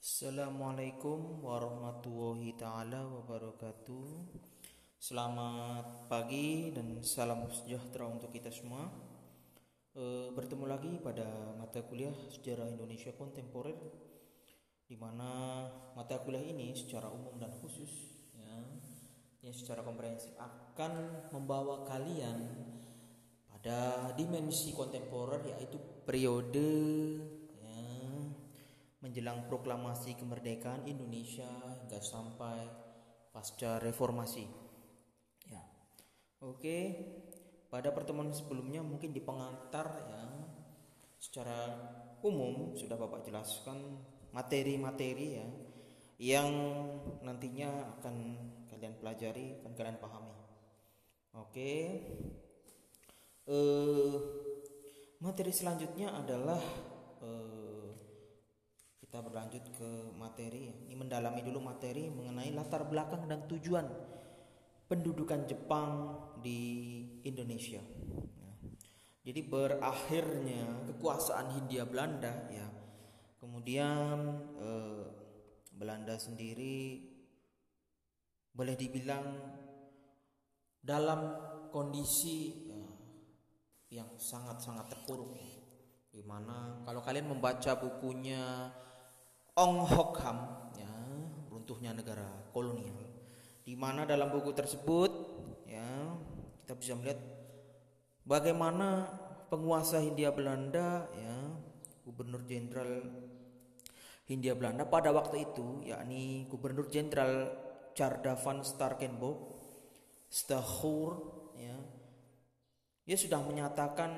Assalamualaikum warahmatullahi taala wabarakatuh. Selamat pagi dan salam sejahtera untuk kita semua. Bertemu lagi pada mata kuliah Sejarah Indonesia Kontemporer, di mana mata kuliah ini secara umum dan khusus yang secara komprehensif akan membawa kalian pada dimensi kontemporer, yaitu periode menjelang proklamasi kemerdekaan Indonesia hingga sampai pasca reformasi. Ya. Oke, pada pertemuan sebelumnya mungkin di pengantar secara umum sudah Bapak jelaskan materi-materi yang nantinya akan kalian pelajari, akan kalian pahami. Oke. Materi selanjutnya adalah kita berlanjut ke materi. Ini mendalami dulu materi mengenai latar belakang dan tujuan pendudukan Jepang di Indonesia. Jadi berakhirnya kekuasaan Hindia Belanda, kemudian Belanda sendiri boleh dibilang dalam kondisi yang sangat-sangat terpuruk, di mana kalau kalian membaca bukunya Ong Hok Ham, Runtuhnya Negara Kolonial, di mana dalam buku tersebut kita bisa melihat bagaimana penguasa Hindia Belanda, Gubernur Jenderal Hindia Belanda pada waktu itu, yakni Gubernur Jenderal Tjarda van Starkenborg Stachur, dia sudah menyatakan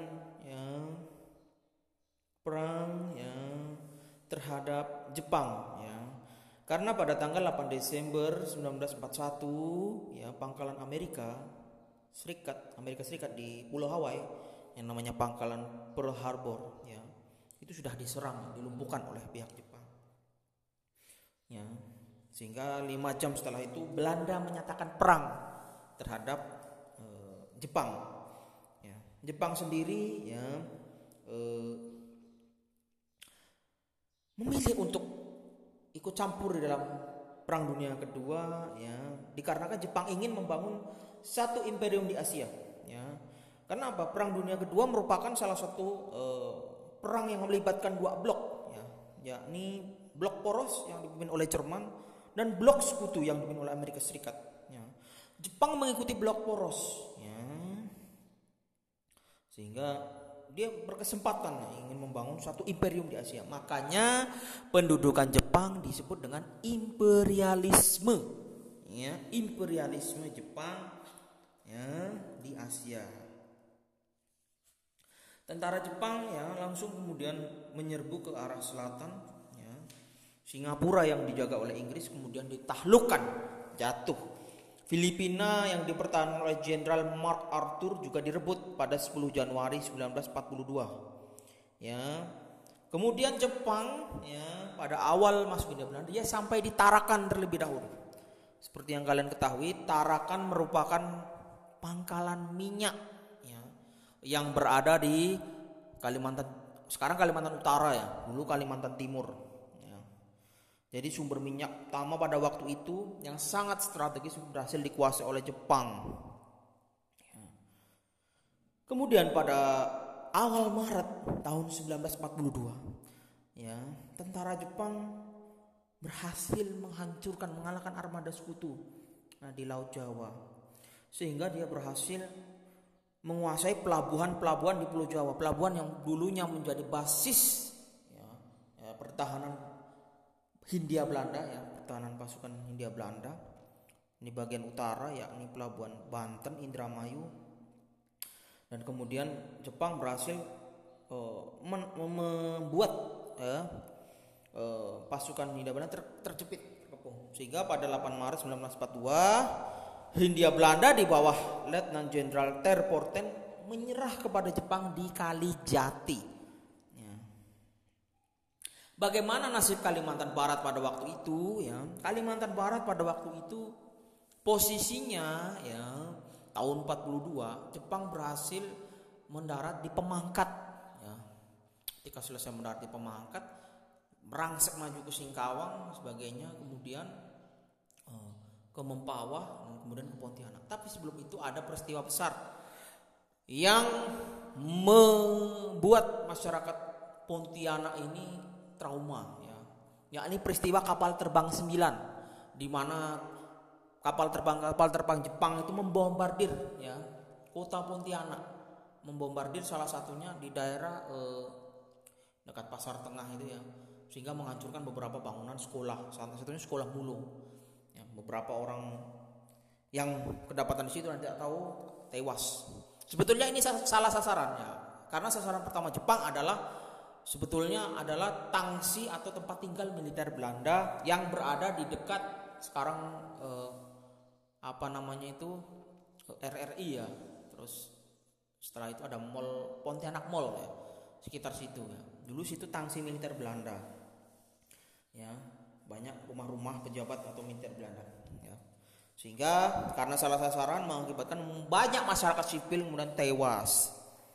perang terhadap Jepang, karena pada tanggal 8 Desember 1941 pangkalan Amerika Serikat di Pulau Hawaii yang namanya pangkalan Pearl Harbor itu sudah diserang, dilumpuhkan oleh pihak Jepang. Sehingga 5 jam setelah itu Belanda menyatakan perang terhadap Jepang. Jepang sendiri memilih untuk ikut campur di dalam Perang Dunia Kedua, dikarenakan Jepang ingin membangun satu imperium di Asia. Karena apa? Perang Dunia Kedua merupakan salah satu perang yang melibatkan dua blok, yakni blok poros yang dipimpin oleh Jerman dan blok sekutu yang dipimpin oleh Amerika Serikat. Jepang mengikuti blok poros, sehingga dia berkesempatan ingin membangun suatu imperium di Asia. Makanya pendudukan Jepang disebut dengan imperialisme, imperialisme Jepang di Asia. Tentara Jepang langsung kemudian menyerbu ke arah selatan. Singapura yang dijaga oleh Inggris kemudian ditaklukkan, jatuh. Filipina yang dipertahankan oleh Jenderal Mark Arthur juga direbut pada 10 Januari 1942. Kemudian Jepang pada awal masuk Hindia Belanda dia sampai di Tarakan terlebih dahulu. Seperti yang kalian ketahui, Tarakan merupakan pangkalan minyak yang berada di Kalimantan, sekarang Kalimantan Utara, dulu Kalimantan Timur. Jadi sumber minyak utama pada waktu itu yang sangat strategis berhasil dikuasai oleh Jepang. Kemudian pada awal Maret tahun 1942, tentara Jepang berhasil mengalahkan armada sekutu di Laut Jawa, sehingga dia berhasil menguasai pelabuhan-pelabuhan di Pulau Jawa, pelabuhan yang dulunya menjadi basis pertahanan Hindia Belanda, pertahanan pasukan Hindia Belanda di bagian utara, yakni pelabuhan Banten, Indramayu. Dan kemudian Jepang berhasil membuat pasukan Hindia Belanda terjepit, terkepung, sehingga pada 8 Maret 1942 Hindia Belanda di bawah Letnan Jenderal Terporten menyerah kepada Jepang di Kalijati. Bagaimana nasib Kalimantan Barat pada waktu itu? Kalimantan Barat pada waktu itu posisinya tahun 42 Jepang berhasil mendarat di Pemangkat. Ketika selesai mendarat di Pemangkat, merangsek maju ke Singkawang sebagainya, kemudian ke Mempawah, dan kemudian ke Pontianak. Tapi sebelum itu ada peristiwa besar yang membuat masyarakat Pontianak ini trauma, ya, yakni peristiwa kapal terbang 9, di mana kapal terbang Jepang itu membombardir, ya, kota Pontianak, membombardir salah satunya di daerah dekat Pasar Tengah itu, ya, sehingga menghancurkan beberapa bangunan sekolah, salah satunya sekolah mulung. Ya, beberapa orang yang kedapatan di situ dan tidak tahu tewas. Sebetulnya ini salah sasaran, ya, karena sasaran pertama Jepang sebetulnya adalah tangsi atau tempat tinggal militer Belanda yang berada di dekat sekarang RRI, ya. Terus setelah itu ada mall Pontianak Mall, ya, sekitar situ, ya. Dulu situ tangsi militer Belanda, ya, banyak rumah-rumah pejabat atau militer Belanda, ya. Sehingga karena salah sasaran mengakibatkan banyak masyarakat sipil kemudian tewas.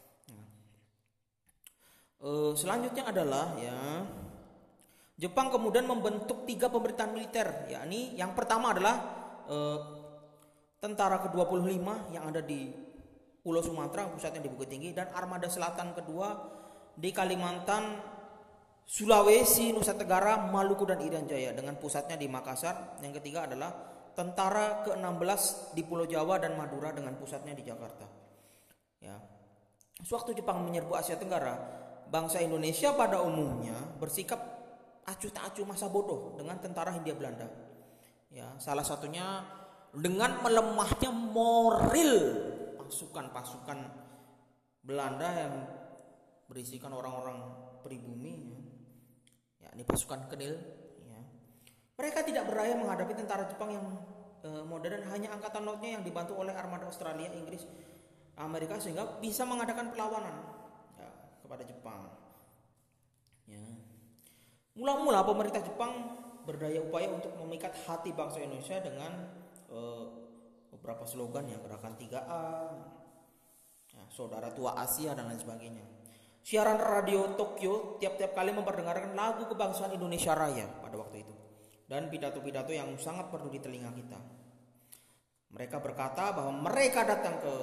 Selanjutnya adalah, ya, Jepang kemudian membentuk 3 pemerintahan militer, yakni yang pertama adalah tentara ke-25 yang ada di Pulau Sumatera, pusatnya di Bukit Tinggi, dan armada selatan kedua di Kalimantan, Sulawesi, Nusa Tenggara, Maluku, dan Irian Jaya dengan pusatnya di Makassar. Yang ketiga adalah tentara ke-16 di Pulau Jawa dan Madura dengan pusatnya di Jakarta. Ya. Sewaktu Jepang menyerbu Asia Tenggara, bangsa Indonesia pada umumnya bersikap acuh tak acuh masa bodoh dengan tentara Hindia Belanda. Ya, salah satunya dengan melemahnya moral pasukan-pasukan Belanda yang berisikan orang-orang pribumi, ya, ini pasukan Kenil, ya. Mereka tidak berdaya menghadapi tentara Jepang yang modern, hanya angkatan lautnya yang dibantu oleh armada Australia, Inggris, Amerika, sehingga bisa mengadakan perlawanan, ya, kepada Jepang. Ya. Mula-mula pemerintah Jepang berdaya upaya untuk memikat hati bangsa Indonesia dengan beberapa slogan, ya, gerakan 3A, ya, saudara tua Asia, dan lain sebagainya. Siaran radio Tokyo tiap-tiap kali memperdengarkan lagu kebangsaan Indonesia Raya pada waktu itu, dan pidato-pidato yang sangat perlu di telinga kita. Mereka berkata bahwa mereka datang ke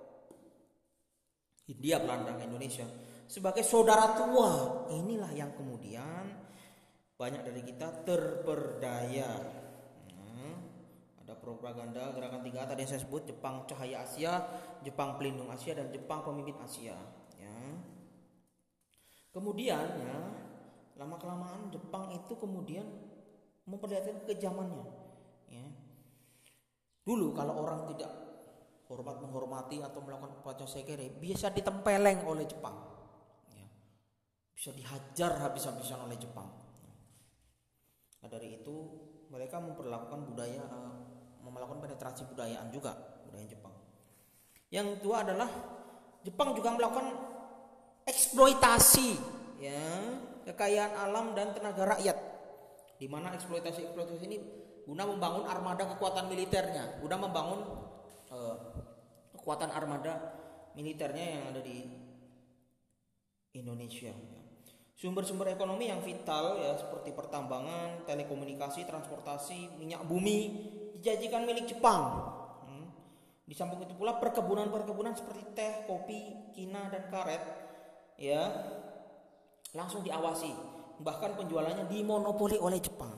Hindia Belanda, ke Indonesia, sebagai saudara tua. Inilah yang kemudian banyak dari kita terperdaya. Ada propaganda gerakan 3 tadi yang saya sebut, Jepang Cahaya Asia, Jepang Pelindung Asia, dan Jepang Pemimpin Asia, ya. Kemudian, ya, lama-kelamaan Jepang itu kemudian memperlihatkan kekejamannya, ya. Dulu kalau orang tidak menghormati atau melakukan upacara sekere, bisa ditempeleng oleh Jepang, ya. Bisa dihajar habis-habisan oleh Jepang. Nah, dari itu mereka melakukan penetrasi budayaan juga, budaya Jepang. Yang kedua adalah Jepang juga melakukan eksploitasi, ya, kekayaan alam dan tenaga rakyat, di mana eksploitasi ini guna membangun armada kekuatan militernya, guna membangun kekuatan armada militernya yang ada di Indonesia. Sumber-sumber ekonomi yang vital, ya, seperti pertambangan, telekomunikasi, transportasi, minyak bumi dijanjikan milik Jepang. Di samping itu pula perkebunan seperti teh, kopi, kina, dan karet, ya, langsung diawasi, bahkan penjualannya dimonopoli oleh Jepang.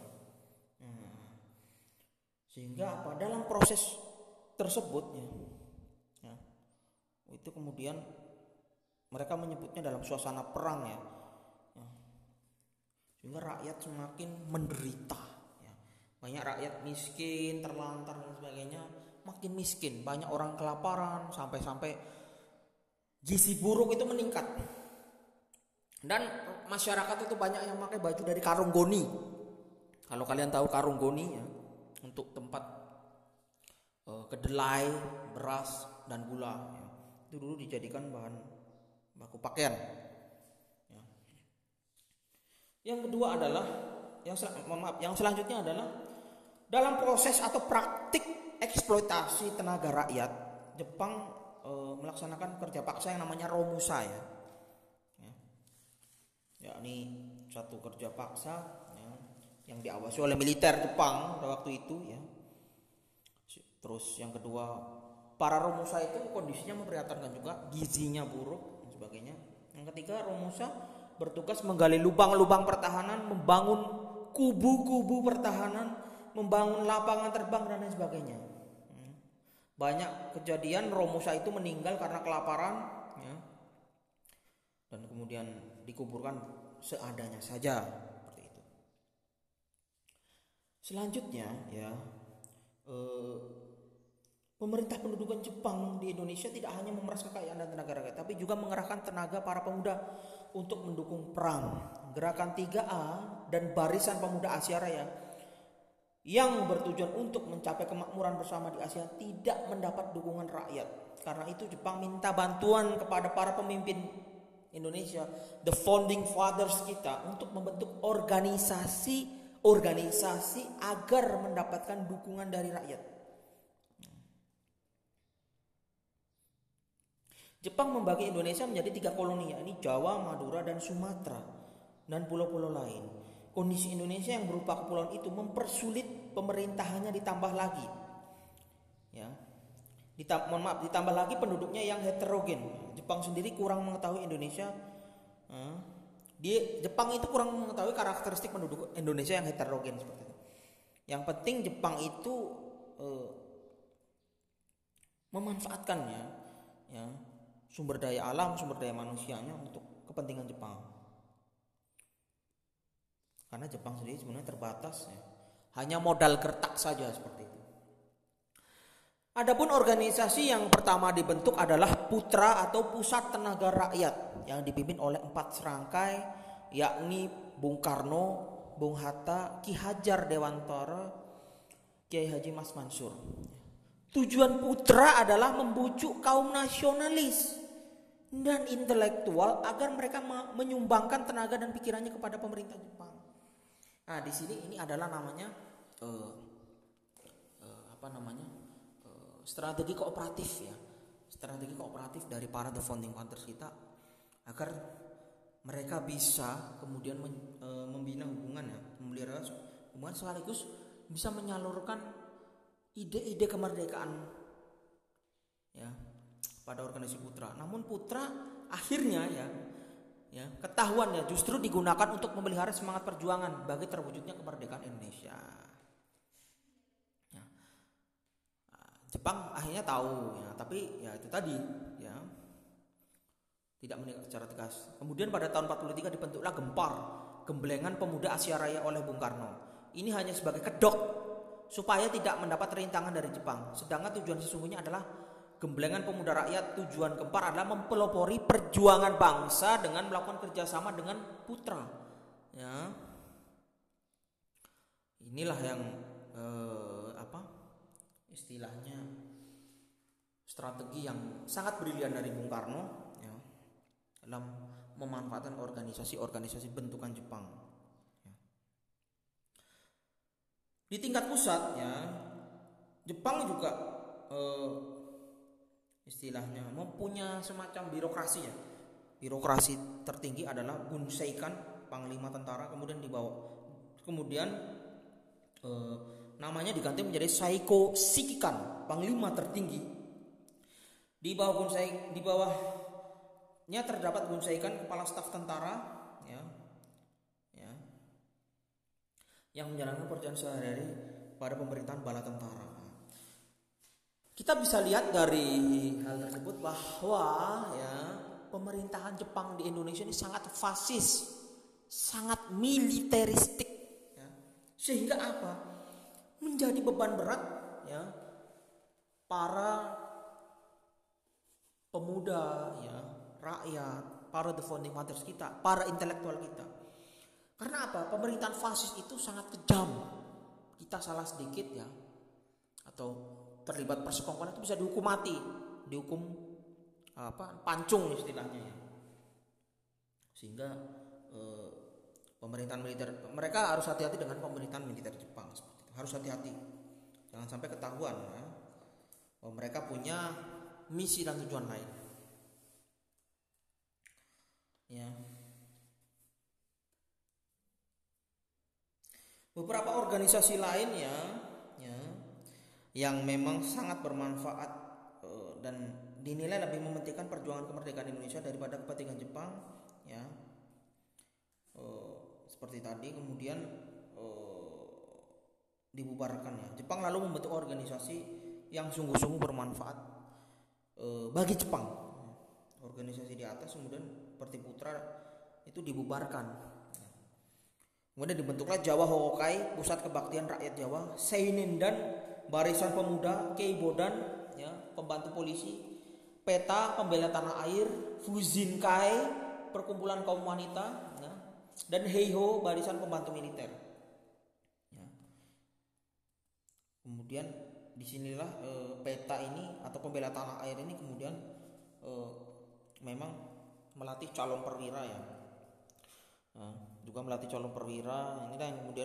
Sehingga apa, dalam proses tersebut, ya, itu kemudian mereka menyebutnya dalam suasana perang, ya, sehingga rakyat semakin menderita, ya. Banyak rakyat miskin, terlantar, dan sebagainya, makin miskin. Banyak orang kelaparan, sampai gizi buruk itu meningkat. Dan masyarakat itu banyak yang pakai baju dari karung goni. Kalau kalian tahu karung goni, ya, untuk tempat kedelai, beras, dan gula, ya. Itu dulu dijadikan bahan baku pakaian. Yang kedua adalah yang selanjutnya adalah dalam proses atau praktik eksploitasi tenaga rakyat, Jepang melaksanakan kerja paksa yang namanya romusa, ya. Yakni satu kerja paksa ya, yang diawasi oleh militer Jepang pada waktu itu ya. Terus yang kedua, para Romusa itu kondisinya memprihatinkan juga, gizinya buruk dan sebagainya. Yang ketiga, Romusa bertugas menggali lubang-lubang pertahanan, membangun kubu-kubu pertahanan, membangun lapangan terbang dan lain sebagainya. Banyak kejadian Romusa itu meninggal karena kelaparan ya, dan kemudian dikuburkan seadanya saja seperti itu. Selanjutnya ya, pemerintah pendudukan Jepang di Indonesia tidak hanya memeras kekayaan dan tenaga rakyat, tapi juga mengerahkan tenaga para pemuda untuk mendukung perang. Gerakan 3A dan Barisan Pemuda Asia Raya yang bertujuan untuk mencapai kemakmuran bersama di Asia tidak mendapat dukungan rakyat. Karena itu Jepang minta bantuan kepada para pemimpin Indonesia, the founding fathers kita, untuk membentuk organisasi agar mendapatkan dukungan dari rakyat. Jepang membagi Indonesia menjadi 3 koloni, yakni Jawa, Madura, dan Sumatera, dan pulau-pulau lain. Kondisi Indonesia yang berupa kepulauan itu mempersulit pemerintahannya, ditambah lagi ya, ditambah lagi penduduknya yang heterogen. Jepang sendiri kurang mengetahui Indonesia. Jepang itu kurang mengetahui karakteristik penduduk Indonesia yang heterogen seperti itu. Yang penting Jepang itu memanfaatkannya ya, sumber daya alam, sumber daya manusianya untuk kepentingan Jepang. Karena Jepang sendiri sebenarnya terbatas ya, hanya modal gertak saja seperti itu. Adapun organisasi yang pertama dibentuk adalah Putra atau Pusat Tenaga Rakyat yang dipimpin oleh 4 serangkai, yakni Bung Karno, Bung Hatta, Ki Hajar Dewantara, Kiai Haji Mas Mansur. Tujuan Putra adalah membujuk kaum nasionalis dan intelektual agar mereka menyumbangkan tenaga dan pikirannya kepada pemerintah Jepang. Nah, di sini ini adalah namanya strategi kooperatif ya, strategi kooperatif dari para the founding fathers kita agar mereka bisa kemudian membina hubungan ya, memelihara hubungan sekaligus bisa menyalurkan ide-ide kemerdekaan ya pada organisasi Putra. Namun Putra akhirnya ya ketahuan ya justru digunakan untuk memelihara semangat perjuangan bagi terwujudnya kemerdekaan Indonesia. Ya. Jepang akhirnya tahu ya, tapi ya itu tadi ya tidak menindak secara tegas. Kemudian pada tahun 43 dibentuklah Gempar, Gemblengan Pemuda Asia Raya oleh Bung Karno. Ini hanya sebagai kedok supaya tidak mendapat rintangan dari Jepang. Sedangkan tujuan sesungguhnya adalah Gemblengan Pemuda Rakyat. Tujuan Gempar adalah mempelopori perjuangan bangsa dengan melakukan kerjasama dengan Putra. Ya, inilah yang istilahnya strategi yang sangat brilian dari Bung Karno ya, dalam memanfaatkan organisasi-organisasi bentukan Jepang. Ya. Di tingkat pusat ya, Jepang juga istilahnya mempunyai semacam birokrasi ya. Birokrasi tertinggi adalah Bunseikan, panglima tentara, kemudian namanya diganti menjadi Saiko Shikikan, panglima tertinggi. Di bawahnya terdapat Bunseikan, kepala staf tentara ya, yang menjalankan pekerjaan sehari-hari pada pemerintahan bala tentara. Kita bisa lihat dari hal tersebut bahwa ya pemerintahan Jepang di Indonesia ini sangat fasis, sangat militeristik ya. Sehingga apa? Menjadi beban berat ya para pemuda ya, rakyat, para the founding fathers kita, para intelektual kita. Karena apa? Pemerintahan fasis itu sangat kejam. Kita salah sedikit ya atau terlibat persekongkolan itu bisa dihukum mati, dihukum pancung istilahnya ya. Sehingga pemerintahan militer mereka harus hati-hati dengan pemerintahan militer Jepang seperti itu. Harus hati-hati, jangan sampai ketahuan ya, bahwa mereka punya misi dan tujuan lain. Ya. Beberapa organisasi lainnya ya, yang memang sangat bermanfaat dan dinilai lebih mementingkan perjuangan kemerdekaan Indonesia daripada kepentingan Jepang ya, seperti tadi kemudian dibubarkan ya. Jepang lalu membentuk organisasi yang sungguh-sungguh bermanfaat bagi Jepang. Organisasi di atas kemudian Pertiputra itu dibubarkan. Kemudian dibentuklah Jawa Hokai, Pusat Kebaktian Rakyat Jawa, Seinindan, Barisan Pemuda, Keibodan, ya, Pembantu Polisi, Peta, Pembela Tanah Air, Fuzinkai, Perkumpulan Kaum Wanita, ya, dan Heiho, Barisan Pembantu Militer. Ya. Kemudian disinilah Peta ini atau Pembela Tanah Air ini kemudian memang melatih calon perwira ya. Nah, juga melatih calon perwira. Inilah yang kemudian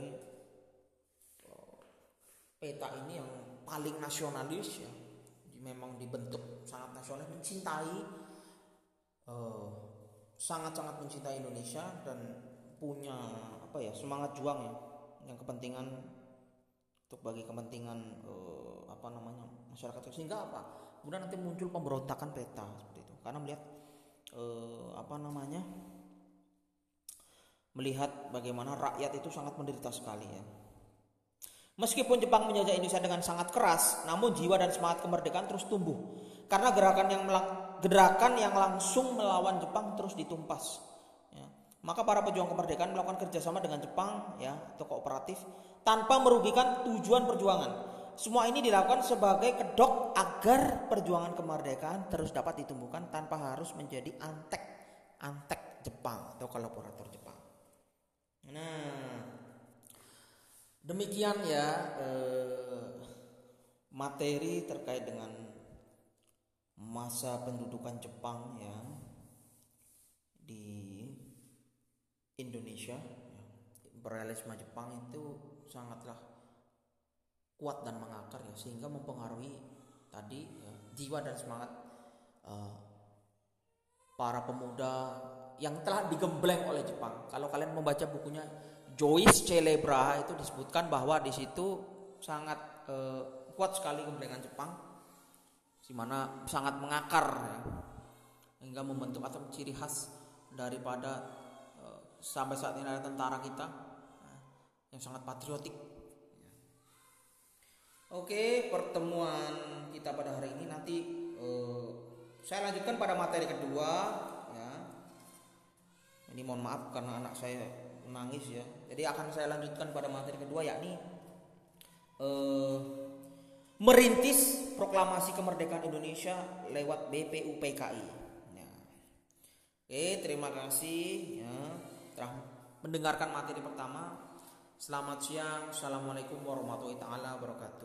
Peta ini yang paling nasionalis ya, memang dibentuk sangat nasionalis, mencintai sangat-sangat mencintai Indonesia dan punya apa ya, semangat juang ya, yang kepentingan untuk bagi kepentingan apa namanya masyarakat, sehingga apa kemudian nanti muncul pemberontakan Peta seperti itu karena melihat apa namanya melihat bagaimana rakyat itu sangat menderita sekali ya. Meskipun Jepang menjajah Indonesia dengan sangat keras, namun jiwa dan semangat kemerdekaan terus tumbuh karena gerakan yang langsung melawan Jepang terus ditumpas. Ya. Maka para pejuang kemerdekaan melakukan kerjasama dengan Jepang ya atau kooperatif tanpa merugikan tujuan perjuangan. Semua ini dilakukan sebagai kedok agar perjuangan kemerdekaan terus dapat ditumbuhkan tanpa harus menjadi antek Jepang atau kolaborator Jepang. Nah, demikian ya materi terkait dengan masa pendudukan Jepang ya di Indonesia. Imperialisme Jepang itu sangatlah kuat dan mengakar ya, sehingga mempengaruhi tadi ya, jiwa dan semangat para pemuda yang telah digembleng oleh Jepang. Kalau kalian membaca bukunya Joyce Celebra itu disebutkan bahwa di situ sangat kuat sekali gemblengan Jepang, di mana sangat mengakar ya, hingga membentuk atau ciri khas daripada sampai saat ini ada tentara kita yang sangat patriotik. Oke, pertemuan kita pada hari ini nanti saya lanjutkan pada materi kedua ya. Ini mohon maaf karena anak saya menangis ya. Jadi akan saya lanjutkan pada materi kedua, yakni merintis proklamasi kemerdekaan Indonesia lewat BPUPKI. Ya. Oke, terima kasih ya telah mendengarkan materi pertama. Selamat siang. Assalamualaikum warahmatullahi wabarakatuh.